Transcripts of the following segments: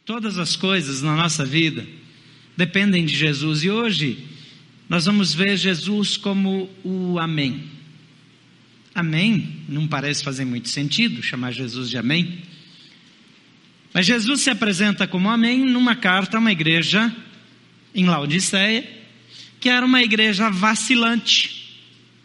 Todas as coisas na nossa vida dependem de Jesus. E hoje nós vamos ver Jesus como o Amém. Amém não parece fazer muito sentido chamar Jesus de Amém. Mas Jesus se apresenta como Amém numa carta a uma igreja em Laodiceia, que era uma igreja vacilante.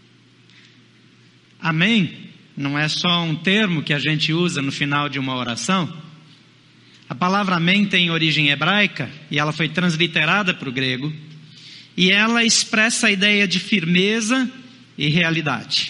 Amém não é só um termo que a gente usa no final de uma oração. A palavra Amém tem origem hebraica e ela foi transliterada para o grego. E ela expressa a ideia de firmeza e realidade.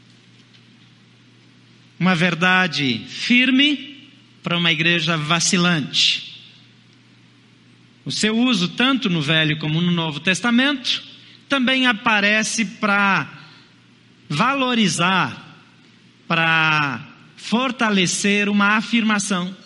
Uma verdade firme para uma igreja vacilante. O seu uso, tanto no Velho como no Novo Testamento, também aparece para valorizar, para fortalecer uma afirmação.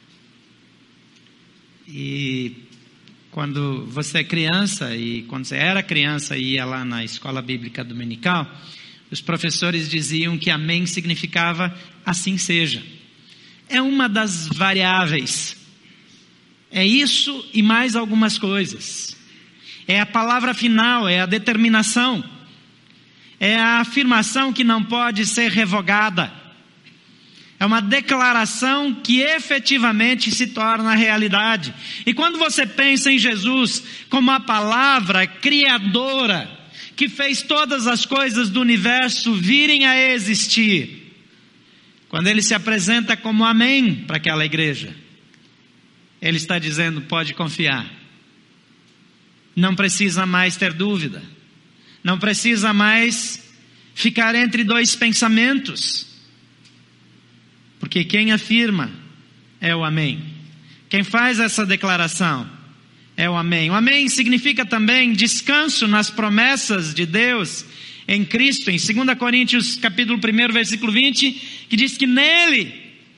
E quando você é criança, e quando você era criança e ia lá na escola bíblica dominical, os professores diziam que Amém significava assim seja. É uma das variáveis. É isso e mais algumas coisas. É a palavra final, é a determinação. É a afirmação que não pode ser revogada. É uma declaração que efetivamente se torna realidade. E quando você pensa em Jesus como a palavra criadora, que fez todas as coisas do universo virem a existir, quando ele se apresenta como Amém para aquela igreja, ele está dizendo: pode confiar. Não precisa mais ter dúvida. Não precisa mais ficar entre dois pensamentos. Porque quem afirma é o Amém. Quem faz essa declaração é o Amém. O Amém significa também descanso nas promessas de Deus em Cristo. Em 2 Coríntios capítulo 1, versículo 20, que diz que nele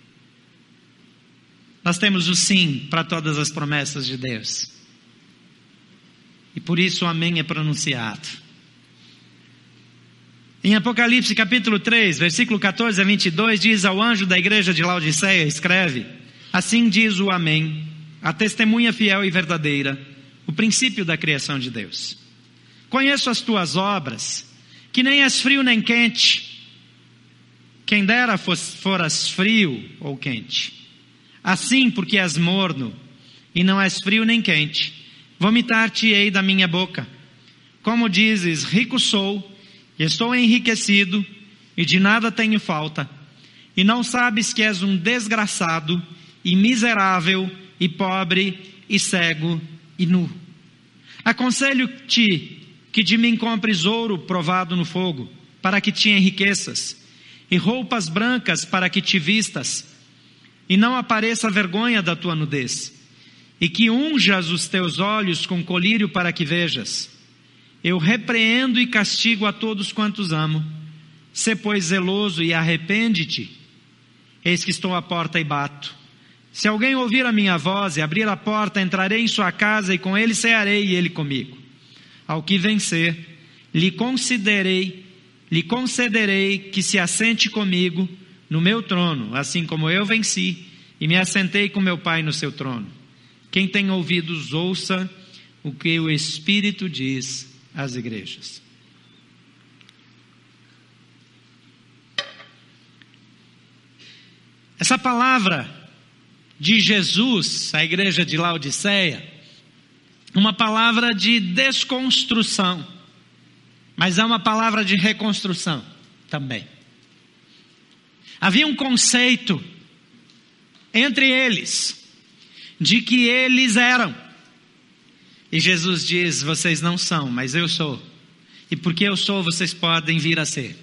nós temos o sim para todas as promessas de Deus. E por isso o Amém é pronunciado. Em Apocalipse capítulo 3, versículo 14 a 22, diz: ao anjo da igreja de Laodiceia, escreve: assim diz o Amém, a testemunha fiel e verdadeira, o princípio da criação de Deus. Conheço as tuas obras, que nem és frio nem quente. Quem dera foras frio ou quente. Assim, porque és morno, e não és frio nem quente, vomitar-te-ei da minha boca. Como dizes, rico sou, e estou enriquecido, e de nada tenho falta, e não sabes que és um desgraçado, e miserável, e pobre, e cego, e nu. Aconselho-te que de mim compres ouro provado no fogo, para que te enriqueças, e roupas brancas para que te vistas, e não apareça a vergonha da tua nudez, e que unjas os teus olhos com colírio para que vejas. Eu repreendo e castigo a todos quantos amo. Sê, pois, zeloso e arrepende-te. Eis que estou à porta e bato. Se alguém ouvir a minha voz e abrir a porta, entrarei em sua casa e com ele cearei e ele comigo. Ao que vencer, lhe concederei que se assente comigo no meu trono, assim como eu venci e me assentei com meu Pai no seu trono. Quem tem ouvidos, ouça o que o Espírito diz às igrejas. Essa palavra de Jesus à igreja de Laodiceia, uma palavra de desconstrução, mas é uma palavra de reconstrução também. Havia um conceito entre eles de que eles eram. E Jesus diz: vocês não são, mas eu sou. E porque eu sou, vocês podem vir a ser.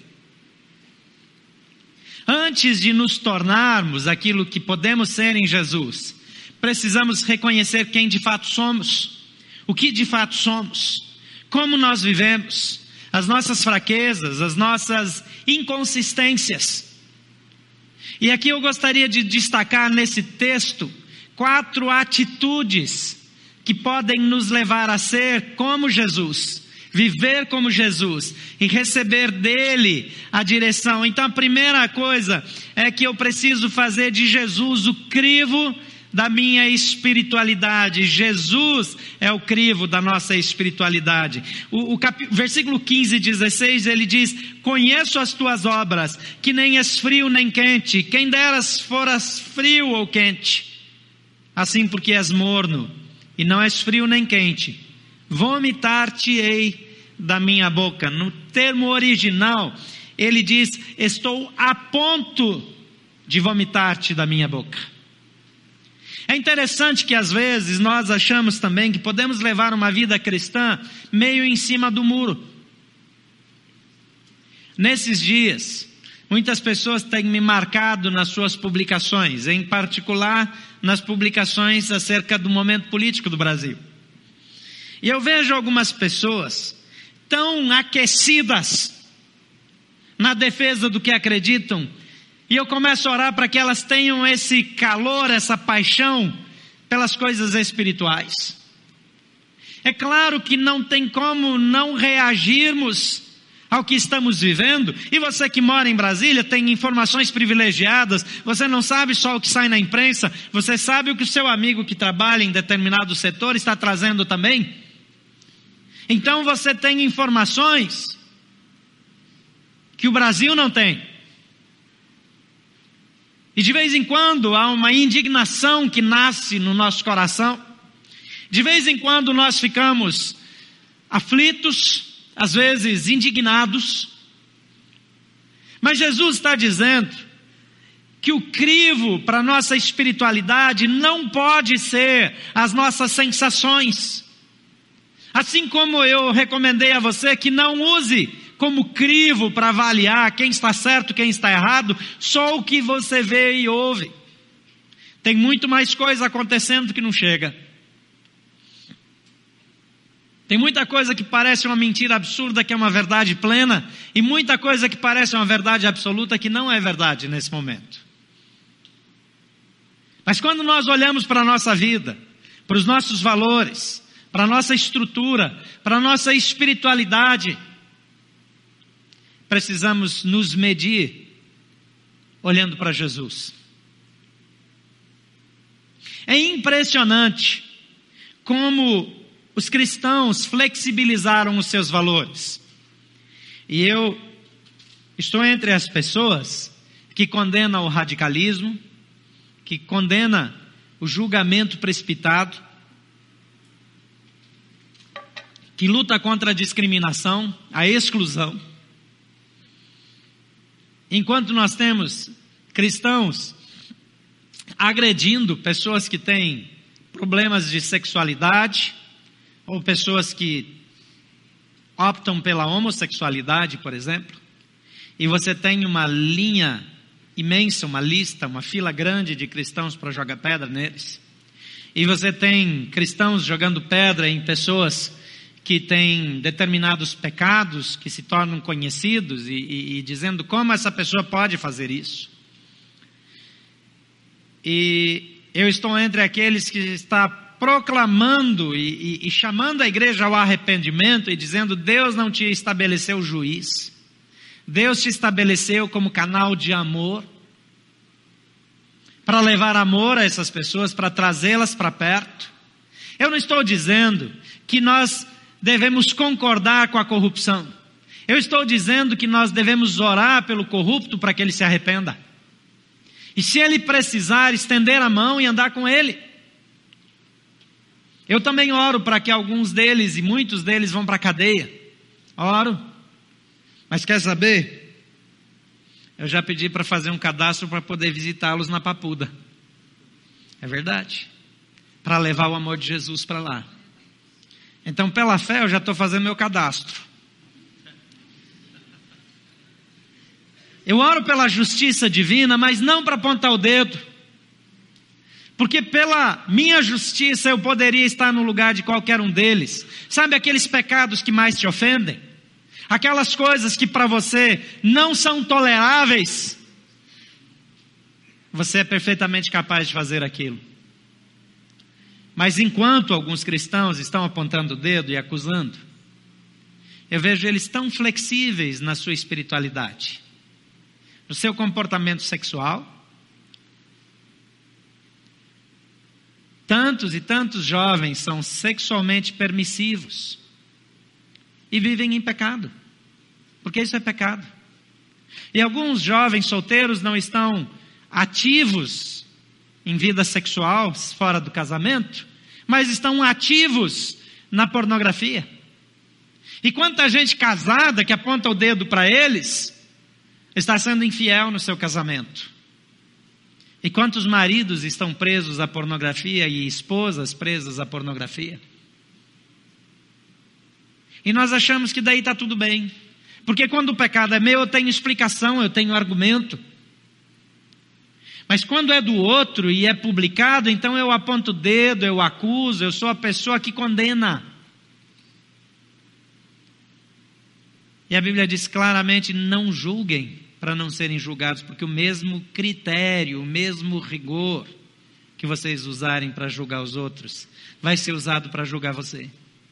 Antes de nos tornarmos aquilo que podemos ser em Jesus, precisamos reconhecer quem de fato somos. O que de fato somos. Como nós vivemos. As nossas fraquezas, as nossas inconsistências. E aqui eu gostaria de destacar nesse texto 4 atitudes que podem nos levar a ser como Jesus, viver como Jesus e receber dele a direção. Então a primeira coisa é que eu preciso fazer de Jesus o crivo da minha espiritualidade. Jesus é o crivo da nossa espiritualidade. Versículo 15 e 16, ele diz: conheço as tuas obras, que nem és frio nem quente. Quem deras foras frio ou quente. Assim porque és morno, e não és frio nem quente, vomitar-te-ei da minha boca. No termo original, ele diz: estou a ponto de vomitar-te da minha boca. É interessante que às vezes nós achamos também que podemos levar uma vida cristã meio em cima do muro. Nesses dias, muitas pessoas têm me marcado nas suas publicações, em particular nas publicações acerca do momento político do Brasil. E eu vejo algumas pessoas tão aquecidas na defesa do que acreditam, e eu começo a orar para que elas tenham esse calor, essa paixão pelas coisas espirituais. É claro que não tem como não reagirmos ao que estamos vivendo. E você que mora em Brasília tem informações privilegiadas. Você não sabe só o que sai na imprensa, você sabe o que o seu amigo que trabalha em determinado setor está trazendo também. Então você tem informações que o Brasil não tem. E de vez em quando há uma indignação que nasce no nosso coração. De vez em quando nós ficamos aflitos, às vezes indignados. Mas Jesus está dizendo que o crivo para a nossa espiritualidade não pode ser as nossas sensações. Assim como eu recomendei a você que não use como crivo para avaliar quem está certo, quem está errado, só o que você vê e ouve. Tem muito mais coisa acontecendo que não chega. Tem muita coisa que parece uma mentira absurda que é uma verdade plena, e muita coisa que parece uma verdade absoluta que não é verdade nesse momento. Mas quando nós olhamos para a nossa vida, para os nossos valores, para a nossa estrutura, para a nossa espiritualidade, precisamos nos medir olhando para Jesus. É impressionante como os cristãos flexibilizaram os seus valores. E eu estou entre as pessoas que condenam o radicalismo, que condena o julgamento precipitado, que luta contra a discriminação, a exclusão. Enquanto nós temos cristãos agredindo pessoas que têm problemas de sexualidade, ou pessoas que optam pela homossexualidade, por exemplo, e você tem uma linha imensa, uma lista, uma fila grande de cristãos para jogar pedra neles, e você tem cristãos jogando pedra em pessoas que têm determinados pecados que se tornam conhecidos e dizendo como essa pessoa pode fazer isso. E eu estou entre aqueles que está proclamando e chamando a igreja ao arrependimento e dizendo: Deus não te estabeleceu juiz, Deus te estabeleceu como canal de amor, para levar amor a essas pessoas, para trazê-las para perto. Eu não estou dizendo que nós devemos concordar com a corrupção. Eu estou dizendo que nós devemos orar pelo corrupto para que ele se arrependa. E se ele precisar, estender a mão e andar com ele. Eu também oro para que alguns deles, e muitos deles, vão para a cadeia. Oro. Mas quer saber? Eu já pedi para fazer um cadastro para poder visitá-los na Papuda. É verdade. Para levar o amor de Jesus para lá. Então, pela fé, eu já estou fazendo meu cadastro. Eu oro pela justiça divina, mas não para apontar o dedo. Porque pela minha justiça eu poderia estar no lugar de qualquer um deles. Sabe aqueles pecados que mais te ofendem? Aquelas coisas que para você não são toleráveis. Você é perfeitamente capaz de fazer aquilo. Mas enquanto alguns cristãos estão apontando o dedo e acusando, eu vejo eles tão flexíveis na sua espiritualidade, no seu comportamento sexual, Tantos e tantos jovens são sexualmente permissivos e vivem em pecado, porque isso é pecado. E alguns jovens solteiros não estão ativos em vida sexual fora do casamento, mas estão ativos na pornografia. E quanta gente casada que aponta o dedo para eles está sendo infiel no seu casamento. E quantos maridos estão presos à pornografia e esposas presas à pornografia? E nós achamos que daí está tudo bem. Porque quando o pecado é meu, eu tenho explicação, eu tenho argumento. Mas quando é do outro e é publicado, então eu aponto o dedo, eu acuso, eu sou a pessoa que condena. E a Bíblia diz claramente, não julguem para não serem julgados, porque o mesmo critério, o mesmo rigor que vocês usarem para julgar os outros, vai ser usado para julgar você.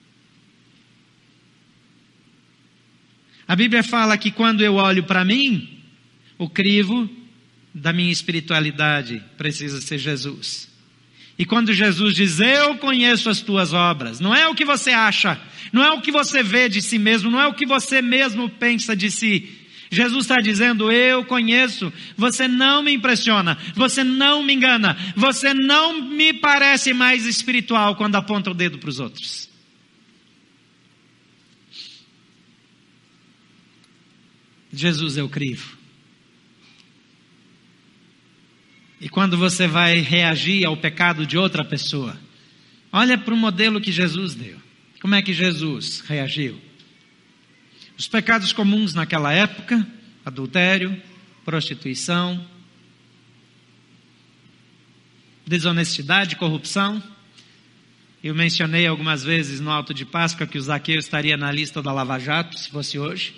A Bíblia fala que quando eu olho para mim, o crivo da minha espiritualidade precisa ser Jesus. E quando Jesus diz, eu conheço as tuas obras, não é o que você acha, não é o que você vê de si mesmo, não é o que você mesmo pensa de si. Jesus está dizendo, eu conheço, você não me impressiona, você não me engana, você não me parece mais espiritual quando aponta o dedo para os outros. Jesus é o crivo. E quando você vai reagir ao pecado de outra pessoa, olha para o modelo que Jesus deu. Como é que Jesus reagiu? Os pecados comuns naquela época, adultério, prostituição, desonestidade, corrupção. Eu mencionei algumas vezes no Alto de Páscoa que o Zaqueu estaria na lista da Lava Jato, se fosse hoje.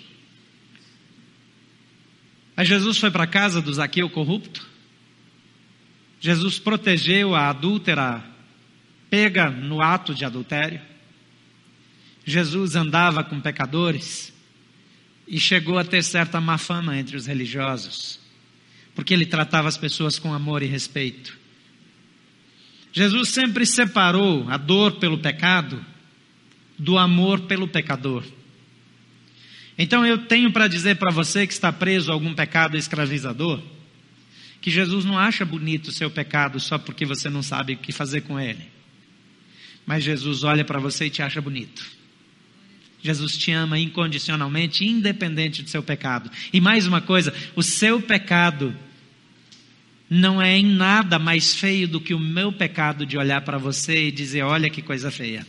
Mas Jesus foi para a casa do Zaqueu corrupto. Jesus protegeu a adúltera pega no ato de adultério. Jesus andava com pecadores e chegou a ter certa má fama entre os religiosos, porque ele tratava as pessoas com amor e respeito. Jesus sempre separou a dor pelo pecado do amor pelo pecador. Então eu tenho para dizer para você que está preso a algum pecado escravizador, que Jesus não acha bonito o seu pecado só porque você não sabe o que fazer com ele. Mas Jesus olha para você e te acha bonito. Jesus te ama incondicionalmente, independente do seu pecado. E mais uma coisa, o seu pecado não é em nada mais feio do que o meu pecado de olhar para você e dizer, olha que coisa feia.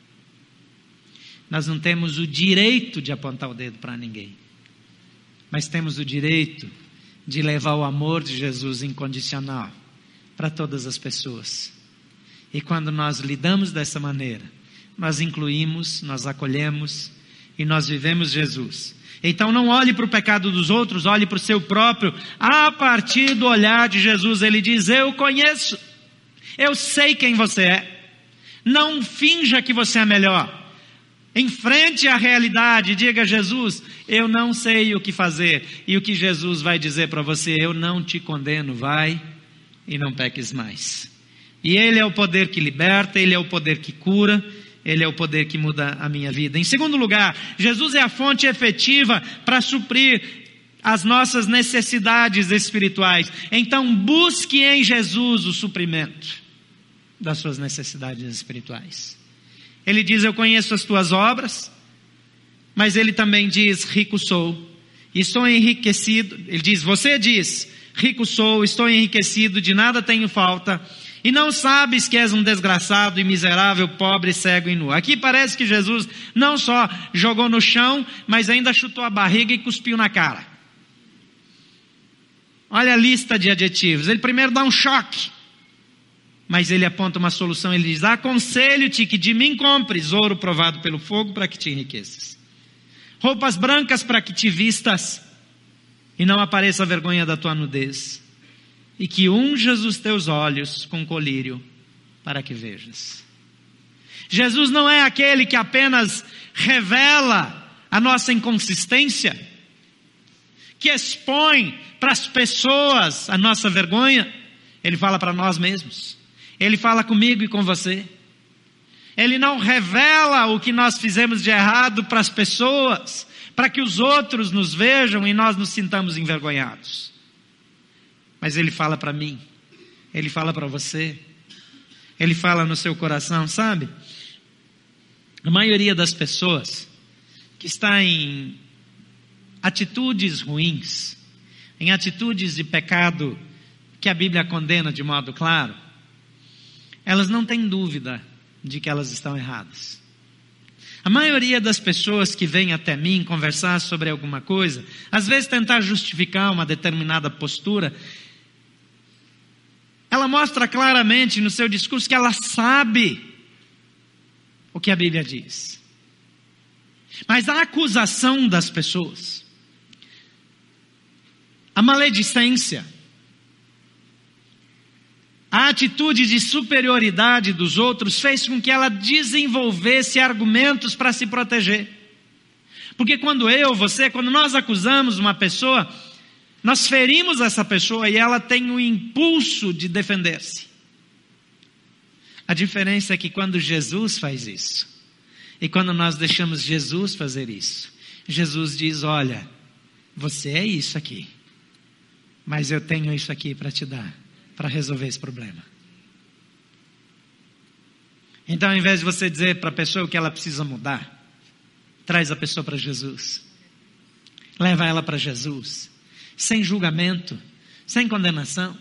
Nós não temos o direito de apontar o dedo para ninguém, mas temos o direito de levar o amor de Jesus incondicional para todas as pessoas. E quando nós lidamos dessa maneira, nós incluímos, nós acolhemos e nós vivemos Jesus. Então não olhe para o pecado dos outros, olhe para o seu próprio. A partir do olhar de Jesus, ele diz, eu conheço, eu sei quem você é. Não finja que você é melhor. Enfrente a realidade, diga a Jesus, eu não sei o que fazer. E o que Jesus vai dizer para você, eu não te condeno, vai e não peques mais. E Ele é o poder que liberta, Ele é o poder que cura, Ele é o poder que muda a minha vida. Em segundo lugar, Jesus é a fonte efetiva para suprir as nossas necessidades espirituais. Então busque em Jesus o suprimento das suas necessidades espirituais. Ele diz, eu conheço as tuas obras, mas ele também diz, rico sou, e estou enriquecido. Ele diz, você diz, rico sou, estou enriquecido, de nada tenho falta, e não sabes que és um desgraçado e miserável, pobre, cego e nu. Aqui parece que Jesus não só jogou no chão, mas ainda chutou a barriga e cuspiu na cara. Olha a lista de adjetivos. Ele primeiro dá um choque, mas ele aponta uma solução. Ele diz, aconselho-te que de mim compres ouro provado pelo fogo para que te enriqueças. Roupas brancas para que te vistas e não apareça a vergonha da tua nudez. E que unjas os teus olhos com colírio para que vejas. Jesus não é aquele que apenas revela a nossa inconsistência, que expõe para as pessoas a nossa vergonha. Ele fala para nós mesmos. Ele fala comigo e com você. Ele não revela o que nós fizemos de errado para as pessoas, para que os outros nos vejam e nós nos sintamos envergonhados. Mas Ele fala para mim, Ele fala para você, Ele fala no seu coração, sabe? A maioria das pessoas que está em atitudes ruins, em atitudes de pecado que a Bíblia condena de modo claro, elas não têm dúvida de que elas estão erradas. A maioria das pessoas que vêm até mim conversar sobre alguma coisa, às vezes tentar justificar uma determinada postura, ela mostra claramente no seu discurso que ela sabe o que a Bíblia diz. Mas a acusação das pessoas, a maledicência, a atitude de superioridade dos outros fez com que ela desenvolvesse argumentos para se proteger. Porque quando quando nós acusamos uma pessoa, nós ferimos essa pessoa e ela tem o impulso de defender-se. A diferença é que quando Jesus faz isso, e quando nós deixamos Jesus fazer isso, Jesus diz, olha, você é isso aqui, mas eu tenho isso aqui para te dar, para resolver esse problema. Então, ao invés de você dizer para a pessoa o que ela precisa mudar, traz a pessoa para Jesus. Leva ela para Jesus, sem julgamento, sem condenação.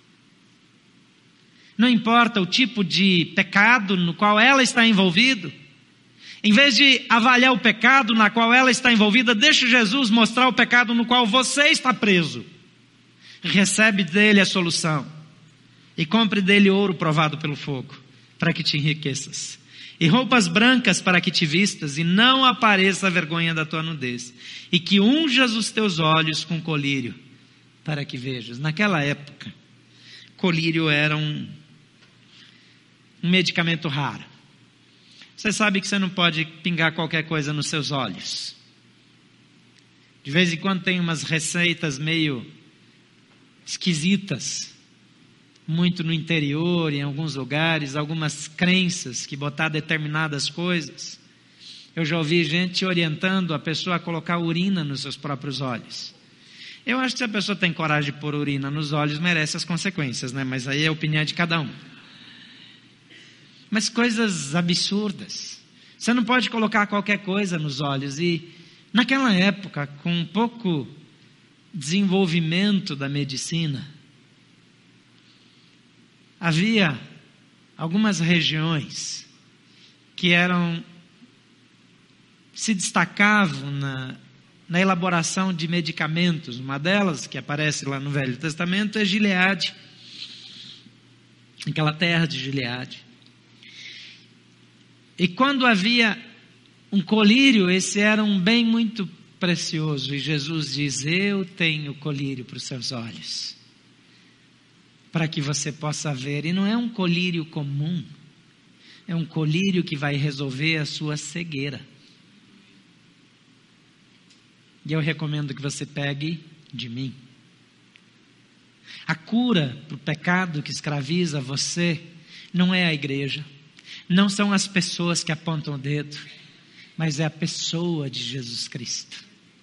Não importa o tipo de pecado no qual ela está envolvida. Em vez de avaliar o pecado na qual ela está envolvida, deixe Jesus mostrar o pecado no qual você está preso. Recebe dele a solução. E compre dele ouro provado pelo fogo, para que te enriqueças. E roupas brancas para que te vistas, e não apareça a vergonha da tua nudez. E que unjas os teus olhos com colírio, para que vejas. Naquela época, colírio era um medicamento raro. Você sabe que você não pode pingar qualquer coisa nos seus olhos. De vez em quando tem umas receitas meio esquisitas, muito no interior, em alguns lugares, algumas crenças que botar determinadas coisas. Eu já ouvi gente orientando a pessoa a colocar urina nos seus próprios olhos. Eu acho que se a pessoa tem coragem de pôr urina nos olhos, merece as consequências, né? Mas aí é a opinião de cada um. Mas coisas absurdas. Você não pode colocar qualquer coisa nos olhos. E naquela época, com um pouco desenvolvimento da medicina, havia algumas regiões que se destacavam na elaboração de medicamentos. Uma delas, que aparece lá no Velho Testamento, é Gileade. Aquela terra de Gileade. E quando havia um colírio, esse era um bem muito precioso. E Jesus diz, eu tenho colírio para os seus olhos, para que você possa ver. E não é um colírio comum, é um colírio que vai resolver a sua cegueira. E eu recomendo que você pegue de mim. A cura para o pecado que escraviza você não é a igreja, não são as pessoas que apontam o dedo, mas é a pessoa de Jesus Cristo.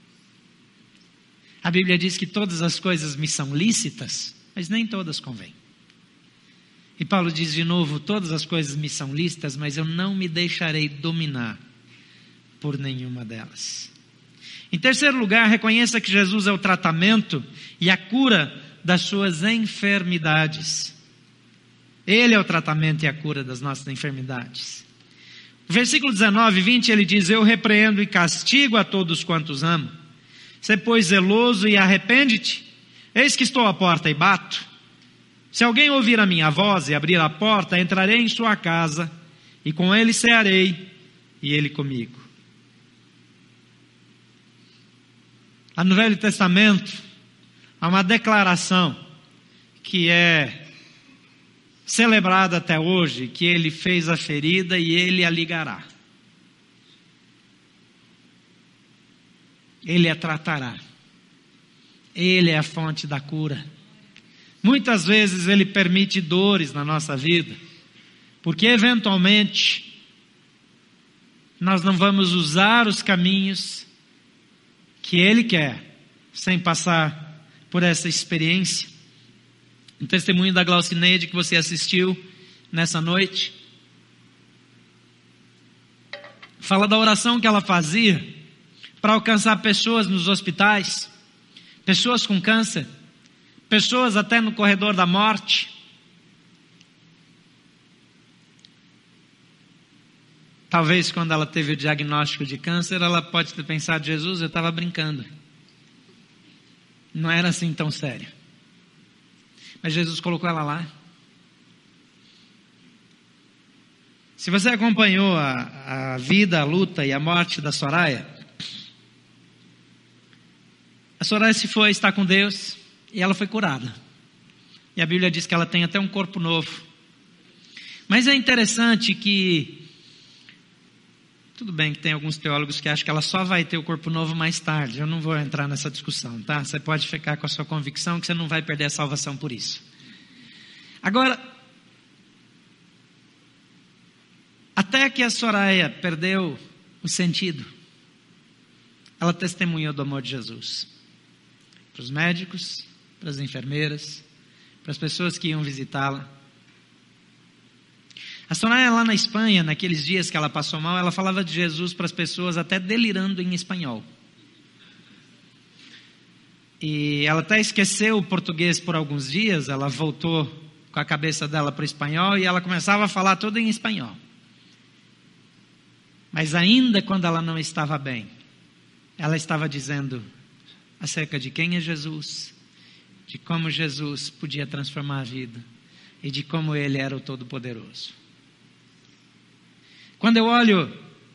A Bíblia diz que todas as coisas me são lícitas, mas nem todas convêm. E Paulo diz de novo, todas as coisas me são lícitas, mas eu não me deixarei dominar por nenhuma delas. Em terceiro lugar, reconheça que Jesus é o tratamento e a cura das suas enfermidades. Ele é o tratamento e a cura das nossas enfermidades. No versículo 19 e 20 ele diz, eu repreendo e castigo a todos quantos amo. Sê, pois, zeloso e arrepende-te. Eis que estou à porta e bato. Se alguém ouvir a minha voz e abrir a porta, entrarei em sua casa, e com ele cearei, e ele comigo. Lá no Velho Testamento, há uma declaração que é celebrada até hoje, que ele fez a ferida e ele a ligará. Ele a tratará. Ele é a fonte da cura. Muitas vezes ele permite dores na nossa vida, Porque eventualmente nós não vamos usar os caminhos que Ele quer, sem passar por essa experiência. Um testemunho da Glaucineide que você assistiu nessa noite, fala da oração que ela fazia para alcançar pessoas nos hospitais, pessoas com câncer, pessoas até no corredor da morte. Talvez quando ela teve o diagnóstico de câncer, ela pode ter pensado: Jesus, eu estava brincando. Não era assim tão sério. Mas Jesus colocou ela lá. Se você acompanhou a vida, a luta e a morte da Soraya, a Soraya se foi estar com Deus e ela foi curada. E a Bíblia diz que ela tem até um corpo novo. Mas é interessante que, tudo bem que tem alguns teólogos que acham que ela só vai ter o corpo novo mais tarde. Eu não vou entrar nessa discussão, tá? Você pode ficar com a sua convicção que você não vai perder a salvação por isso. Agora, até que a Soraya perdeu o sentido, ela testemunhou do amor de Jesus. Para os médicos, para as enfermeiras, para as pessoas que iam visitá-la. A Soraya lá na Espanha, naqueles dias que ela passou mal, ela falava de Jesus para as pessoas até delirando em espanhol. E ela até esqueceu o português por alguns dias, ela voltou com a cabeça dela para o espanhol e ela começava a falar tudo em espanhol. Mas ainda quando ela não estava bem, ela estava dizendo acerca de quem é Jesus, de como Jesus podia transformar a vida e de como Ele era o Todo-Poderoso. Quando eu olho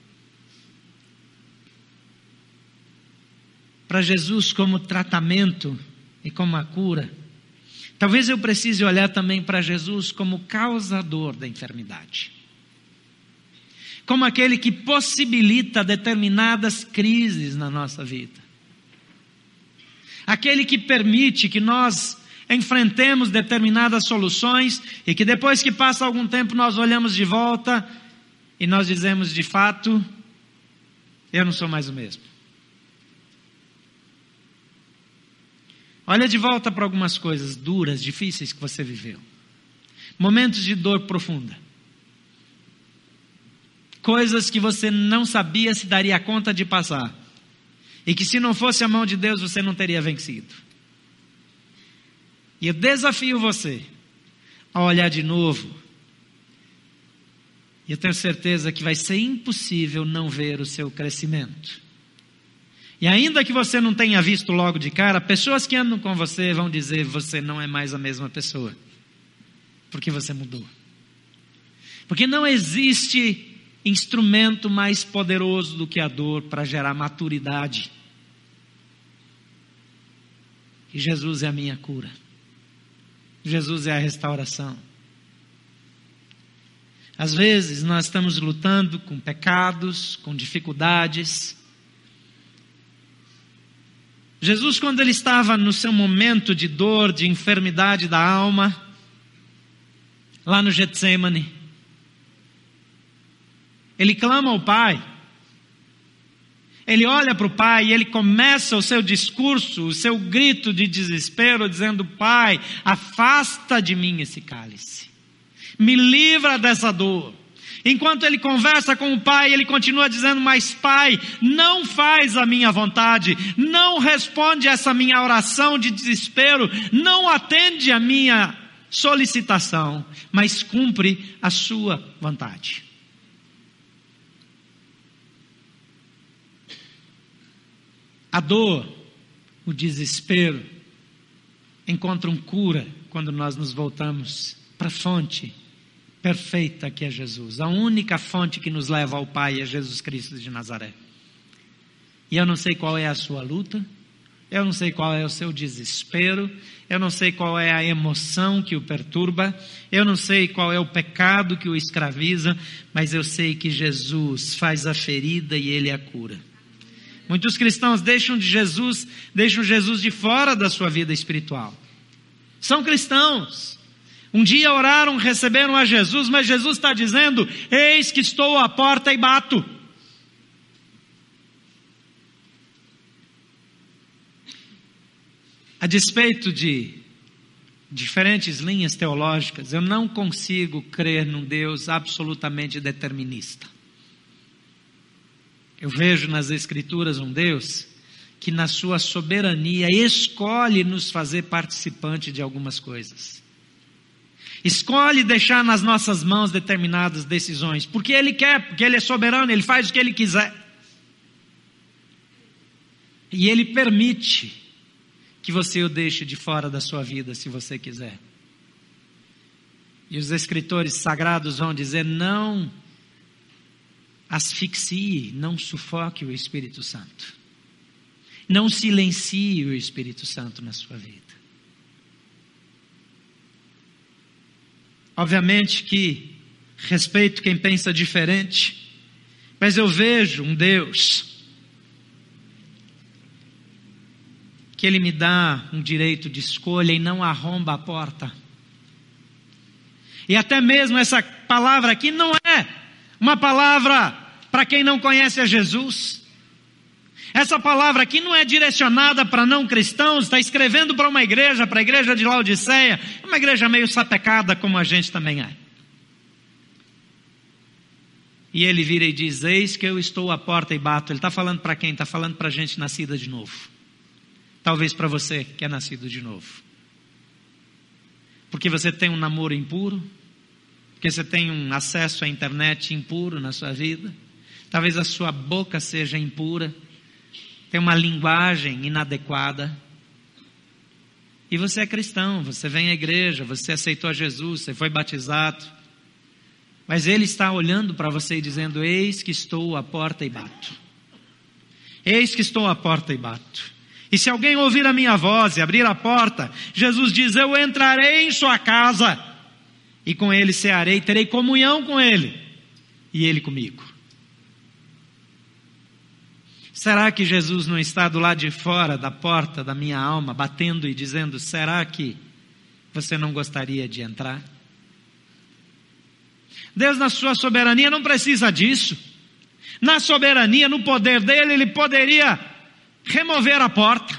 para Jesus como tratamento e como a cura, talvez eu precise olhar também para Jesus como causador da enfermidade. Como aquele que possibilita determinadas crises na nossa vida. Aquele que permite que nós enfrentemos determinadas soluções e que depois que passa algum tempo nós olhamos de volta e nós dizemos: de fato, eu não sou mais o mesmo. Olha de volta para algumas coisas duras, difíceis que você viveu. Momentos de dor profunda. Coisas que você não sabia se daria conta de passar. E que se não fosse a mão de Deus você não teria vencido. E eu desafio você a olhar de novo. E eu tenho certeza que vai ser impossível não ver o seu crescimento. E ainda que você não tenha visto logo de cara, pessoas que andam com você vão dizer: você não é mais a mesma pessoa. Porque você mudou. Porque não existe instrumento mais poderoso do que a dor para gerar maturidade. E Jesus é a minha cura. Jesus é a restauração. Às vezes nós estamos lutando com pecados, com dificuldades. Jesus, quando ele estava no seu momento de dor, de enfermidade da alma, lá no Getsêmani, ele clama ao Pai. Ele olha para o Pai e ele começa o seu discurso, o seu grito de desespero, dizendo: Pai, afasta de mim esse cálice. Me livra dessa dor. Enquanto ele conversa com o Pai, ele continua dizendo: mas Pai, não faz a minha vontade, não responde essa minha oração de desespero, não atende a minha solicitação, mas cumpre a sua vontade. A dor, o desespero, encontram cura quando nós nos voltamos para a fonte perfeita que é Jesus. A única fonte que nos leva ao Pai é Jesus Cristo de Nazaré. E eu não sei qual é a sua luta, eu não sei qual é o seu desespero, eu não sei qual é a emoção que o perturba, eu não sei qual é o pecado que o escraviza, mas eu sei que Jesus faz a ferida e Ele a cura. Muitos cristãos deixam Jesus de fora da sua vida espiritual. São cristãos. Um dia oraram, receberam a Jesus, mas Jesus está dizendo: eis que estou à porta e bato. A despeito de diferentes linhas teológicas, eu não consigo crer num Deus absolutamente determinista. Eu vejo nas Escrituras um Deus que na sua soberania escolhe nos fazer participante de algumas coisas. Escolhe deixar nas nossas mãos determinadas decisões, porque Ele quer, porque Ele é soberano, Ele faz o que Ele quiser. E Ele permite que você o deixe de fora da sua vida, se você quiser. E os escritores sagrados vão dizer: não asfixie, não sufoque o Espírito Santo. Não silencie o Espírito Santo na sua vida. Obviamente que respeito quem pensa diferente, mas eu vejo um Deus que Ele me dá um direito de escolha e não arromba a porta. E até mesmo essa palavra aqui não é uma palavra para quem não conhece a Jesus. Essa palavra aqui não é direcionada para não cristãos, está escrevendo para uma igreja, para a igreja de Laodiceia, uma igreja meio sapecada como a gente também é. E ele vira e diz: eis que eu estou à porta e bato. Ele está falando para quem? Está falando para a gente nascida de novo. Talvez para você que é nascido de novo. Porque você tem um namoro impuro, porque você tem um acesso à internet impuro na sua vida, talvez a sua boca seja impura, tem uma linguagem inadequada, e você é cristão, você vem à igreja, você aceitou a Jesus, você foi batizado, mas Ele está olhando para você e dizendo: eis que estou à porta e bato. Eis que estou à porta e bato. E se alguém ouvir a minha voz e abrir a porta, Jesus diz: eu entrarei em sua casa, e com ele cearei, terei comunhão com ele, e ele comigo. Será que Jesus não está do lado de fora da porta da minha alma, batendo e dizendo: será que você não gostaria de entrar? Deus, na sua soberania, não precisa disso. Na soberania, no poder dele, Ele poderia remover a porta.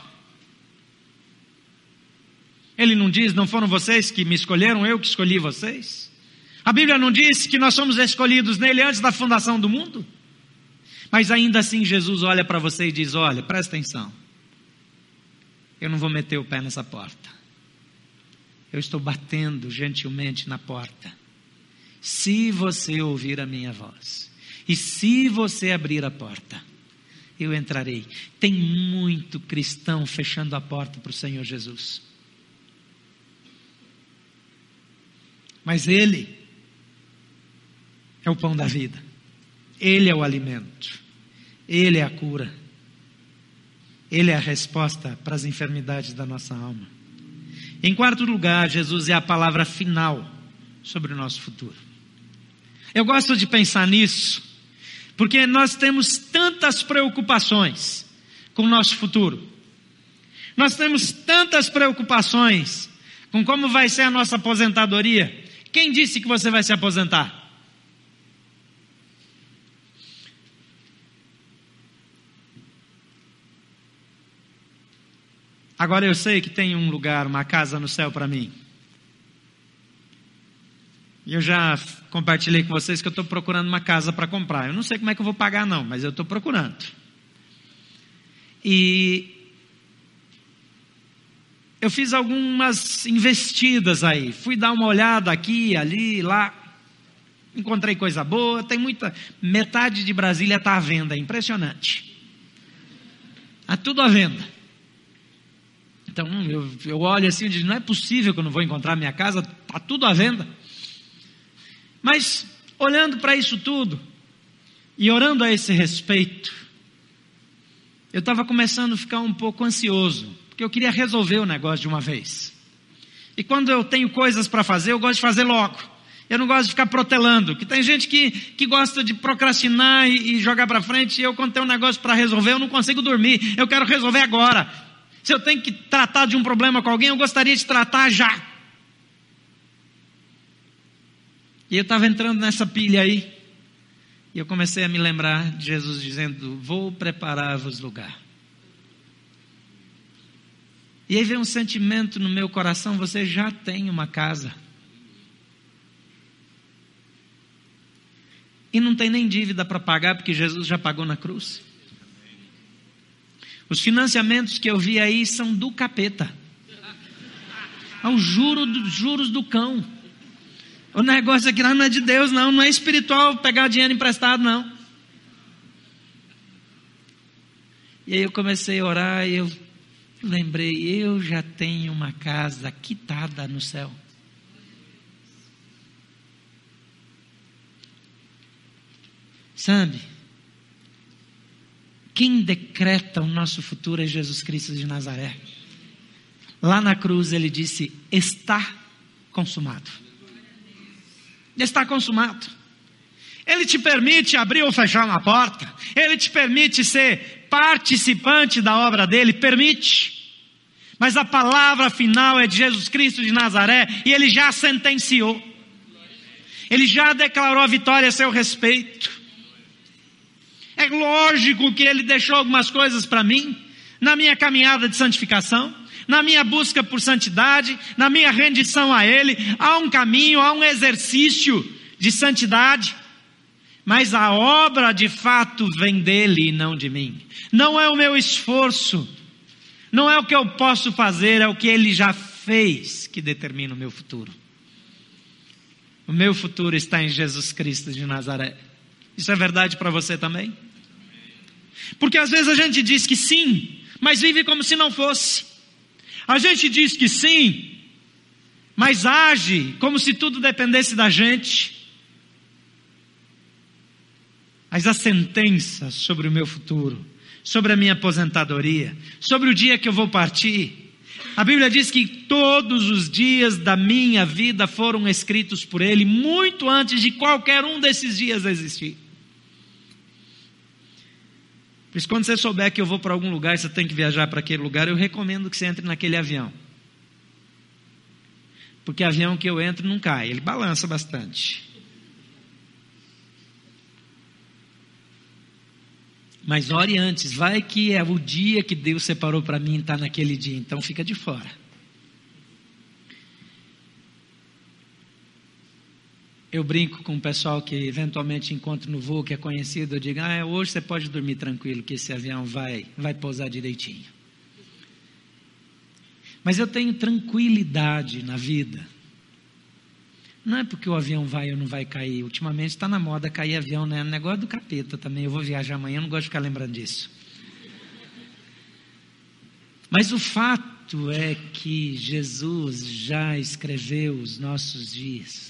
Ele não diz: não foram vocês que me escolheram, eu que escolhi vocês? A Bíblia não diz que nós somos escolhidos nele antes da fundação do mundo? Mas ainda assim Jesus olha para você e diz: olha, presta atenção, eu não vou meter o pé nessa porta, eu estou batendo gentilmente na porta. Se você ouvir a minha voz, e se você abrir a porta, eu entrarei. Tem muito cristão fechando a porta para o Senhor Jesus. Mas Ele é o pão da vida. Ele é o alimento. Ele é a cura. Ele é a resposta para as enfermidades da nossa alma. Em quarto lugar, Jesus é a palavra final sobre o nosso futuro. Eu gosto de pensar nisso, porque nós temos tantas preocupações com o nosso futuro. Nós temos tantas preocupações com como vai ser a nossa aposentadoria. Quem disse que você vai se aposentar? Agora eu sei que tem um lugar, uma casa no céu para mim. E eu já compartilhei com vocês que eu estou procurando uma casa para comprar. Eu não sei como é que eu vou pagar não, mas eu estou procurando. E eu fiz algumas investidas aí. Fui dar uma olhada aqui, ali, lá. Encontrei coisa boa. Tem muita... Metade de Brasília está à venda. É impressionante. Está tudo à venda. Então eu olho assim e digo: não é possível que eu não vou encontrar minha casa. Está tudo à venda. Mas, olhando para isso tudo, e orando a esse respeito, eu estava começando a ficar um pouco ansioso, porque eu queria resolver o negócio de uma vez. E quando eu tenho coisas para fazer, eu gosto de fazer logo. Eu não gosto de ficar protelando, que tem gente que gosta de procrastinar e jogar para frente, e eu quando tenho um negócio para resolver, eu não consigo dormir, eu quero resolver agora. Se eu tenho que tratar de um problema com alguém, eu gostaria de tratar já. E eu estava entrando nessa pilha aí, e eu comecei a me lembrar de Jesus dizendo: vou preparar-vos lugar. E aí veio um sentimento no meu coração: você já tem uma casa. E não tem nem dívida para pagar, porque Jesus já pagou na cruz. Os financiamentos que eu vi aí são do capeta. Aos juros do cão. O negócio aqui não é de Deus, não é espiritual pegar dinheiro emprestado, não. E aí eu comecei a orar e eu lembrei: eu já tenho uma casa quitada no céu. Sabe? Quem decreta o nosso futuro é Jesus Cristo de Nazaré. Lá na cruz ele disse: está consumado. Está consumado. Ele te permite abrir ou fechar uma porta. Ele te permite ser participante da obra dele. Permite. Mas a palavra final é de Jesus Cristo de Nazaré. E ele já sentenciou. Ele já declarou a vitória a seu respeito. É lógico que ele deixou algumas coisas para mim, na minha caminhada de santificação, na minha busca por santidade, na minha rendição a ele. Há um caminho, há um exercício de santidade, mas a obra de fato vem dele e não de mim. Não é o meu esforço, não é o que eu posso fazer, é o que ele já fez que determina o meu futuro. O meu futuro está em Jesus Cristo de Nazaré. Isso é verdade para você também? Porque às vezes a gente diz que sim, mas vive como se não fosse. A gente diz que sim, mas age como se tudo dependesse da gente. Mas a sentença sobre o meu futuro, sobre a minha aposentadoria, sobre o dia que eu vou partir, a Bíblia diz que todos os dias da minha vida foram escritos por Ele, muito antes de qualquer um desses dias existir. Por isso, quando você souber que eu vou para algum lugar e você tem que viajar para aquele lugar, eu recomendo que você entre naquele avião. Porque avião que eu entro não cai, ele balança bastante. Mas ore antes, vai que é o dia que Deus separou para mim, está naquele dia, então fica de fora. Eu brinco com o pessoal que eventualmente encontro no voo, que é conhecido, eu digo: hoje você pode dormir tranquilo, que esse avião vai pousar direitinho. Mas eu tenho tranquilidade na vida. Não é porque o avião vai ou não vai cair. Ultimamente está na moda cair avião, né? É um negócio do capeta também. Eu vou viajar amanhã, eu não gosto de ficar lembrando disso. Mas o fato é que Jesus já escreveu os nossos dias.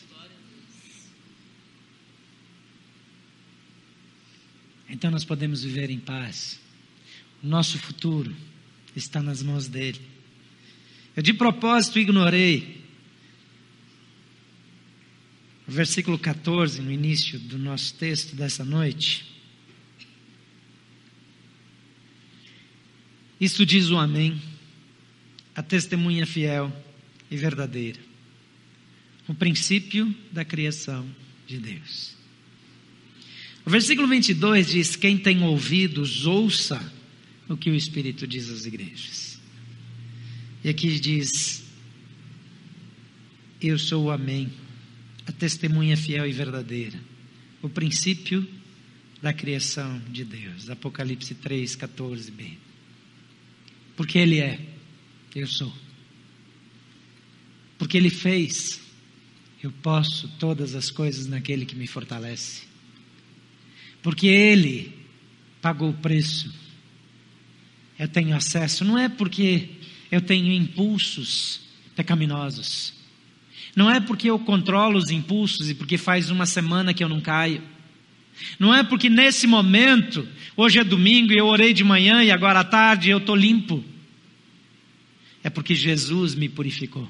Então nós podemos viver em paz. O nosso futuro está nas mãos dele. Eu de propósito ignorei o versículo 14, no início do nosso texto dessa noite. Isto diz o Amém, a testemunha fiel e verdadeira, o princípio da criação de Deus. O versículo 22 diz: quem tem ouvidos, ouça o que o Espírito diz às igrejas. E aqui diz: eu sou o Amém, a testemunha fiel e verdadeira, o princípio da criação de Deus. Apocalipse 3, 14b. Porque Ele é, eu sou. Porque Ele fez, eu posso todas as coisas naquele que me fortalece. Porque Ele pagou o preço, eu tenho acesso. Não é porque eu tenho impulsos pecaminosos, não é porque eu controlo os impulsos e porque faz uma semana que eu não caio, não é porque nesse momento, hoje é domingo e eu orei de manhã e agora à tarde eu estou limpo. É porque Jesus me purificou.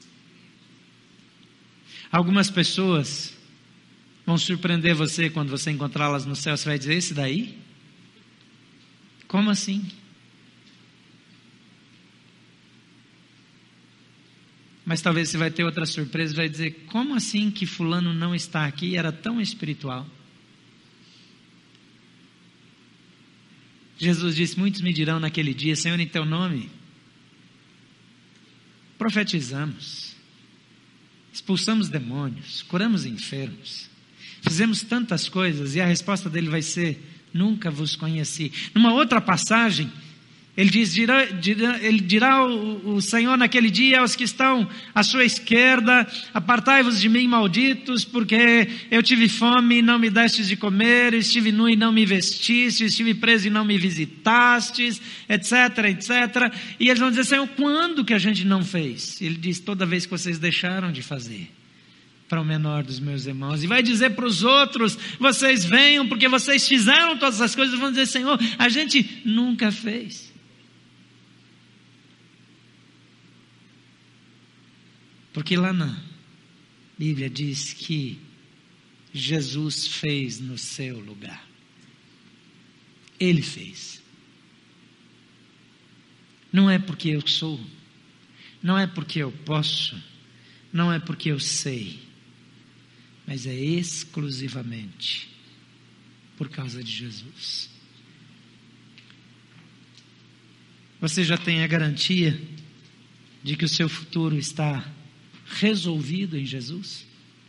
Algumas pessoas vão surpreender você quando você encontrá-las no céu. Você vai dizer: esse daí? Como assim? Mas talvez você vai ter outra surpresa, vai dizer, como assim que fulano não está aqui, era tão espiritual? Jesus disse, muitos me dirão naquele dia, Senhor, em teu nome, profetizamos, expulsamos demônios, curamos enfermos, fizemos tantas coisas, e a resposta dele vai ser, nunca vos conheci. Numa outra passagem, ele diz, ele dirá o Senhor naquele dia aos que estão à sua esquerda, apartai-vos de mim, malditos, porque eu tive fome e não me destes de comer, estive nu e não me vestistes, estive preso e não me visitastes, etc, etc. E eles vão dizer, Senhor, quando que a gente não fez? Ele diz, toda vez que vocês deixaram de fazer para o menor dos meus irmãos. E vai dizer para os outros, vocês venham porque vocês fizeram todas as coisas. Vão dizer, Senhor, a gente nunca fez. Porque lá na Bíblia diz que Jesus fez no seu lugar. Ele fez. Não é porque eu sou, não é porque eu posso, não é porque eu sei, mas é exclusivamente por causa de Jesus. Você já tem a garantia de que o seu futuro está resolvido em Jesus?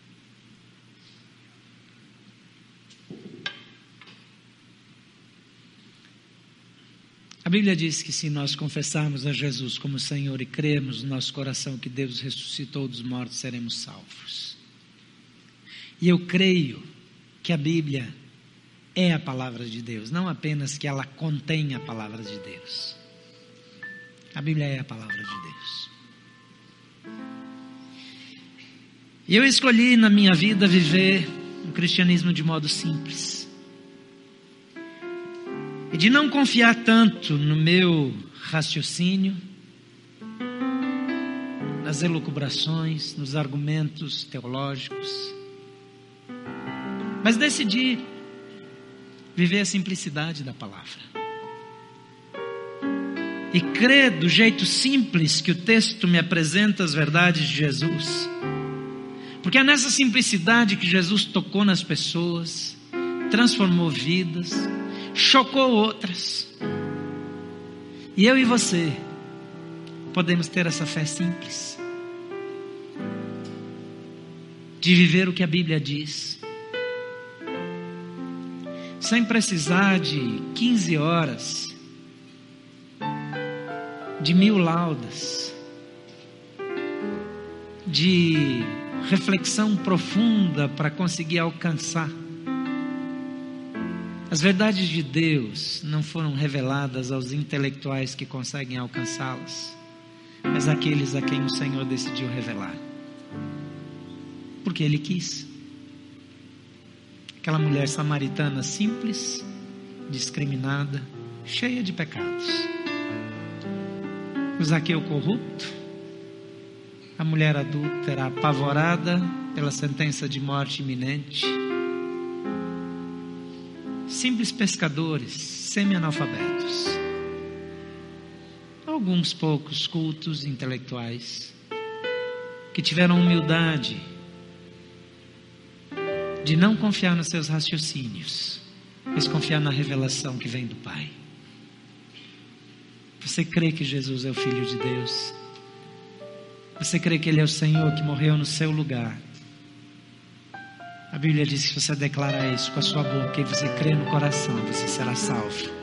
A Bíblia diz que se nós confessarmos a Jesus como Senhor e crermos no nosso coração que Deus ressuscitou dos mortos, seremos salvos. E eu creio que a Bíblia é a palavra de Deus, não apenas que ela contém a palavra de Deus. A Bíblia é a palavra de Deus. E eu escolhi na minha vida viver o cristianismo de modo simples. E de não confiar tanto no meu raciocínio, nas elucubrações, nos argumentos teológicos. Mas decidi viver a simplicidade da palavra. E crer do jeito simples que o texto me apresenta as verdades de Jesus. Porque é nessa simplicidade que Jesus tocou nas pessoas, transformou vidas, chocou outras. E eu e você podemos ter essa fé simples, de viver o que a Bíblia diz, sem precisar de 15 horas, de 1000 laudas, de reflexão profunda para conseguir alcançar. As verdades de Deus não foram reveladas aos intelectuais que conseguem alcançá-las, mas àqueles a quem o Senhor decidiu revelar, porque Ele quis. Aquela mulher samaritana simples, discriminada, cheia de pecados. O Zaqueu corrupto, a mulher adúltera apavorada pela sentença de morte iminente. Simples pescadores, semi-analfabetos. Alguns poucos cultos intelectuais que tiveram humildade de não confiar nos seus raciocínios, mas confiar na revelação que vem do Pai. Você crê que Jesus é o Filho de Deus? Você crê que Ele é o Senhor que morreu no seu lugar? A Bíblia diz que se você declarar isso com a sua boca e você crê no coração, você será salvo.